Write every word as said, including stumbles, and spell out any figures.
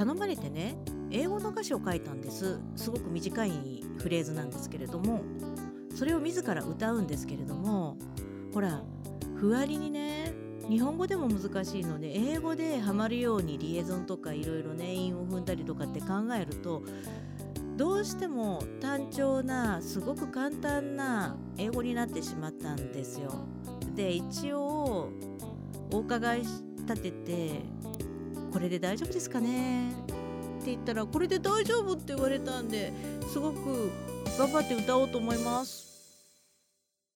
頼まれてね、英語の歌詞を書いたんです。すごく短いフレーズなんですけれども、それを自ら歌うんですけれども、ほらふわりにね、日本語でも難しいので英語でハマるようにリエゾンとかいろいろね韻を踏んだりとかって考えると、どうしても単調なすごく簡単な英語になってしまったんですよ。で一応お伺い立てて、これで大丈夫ですかねって言ったら、これで大丈夫って言われたんで、すごく頑張って歌おうと思います。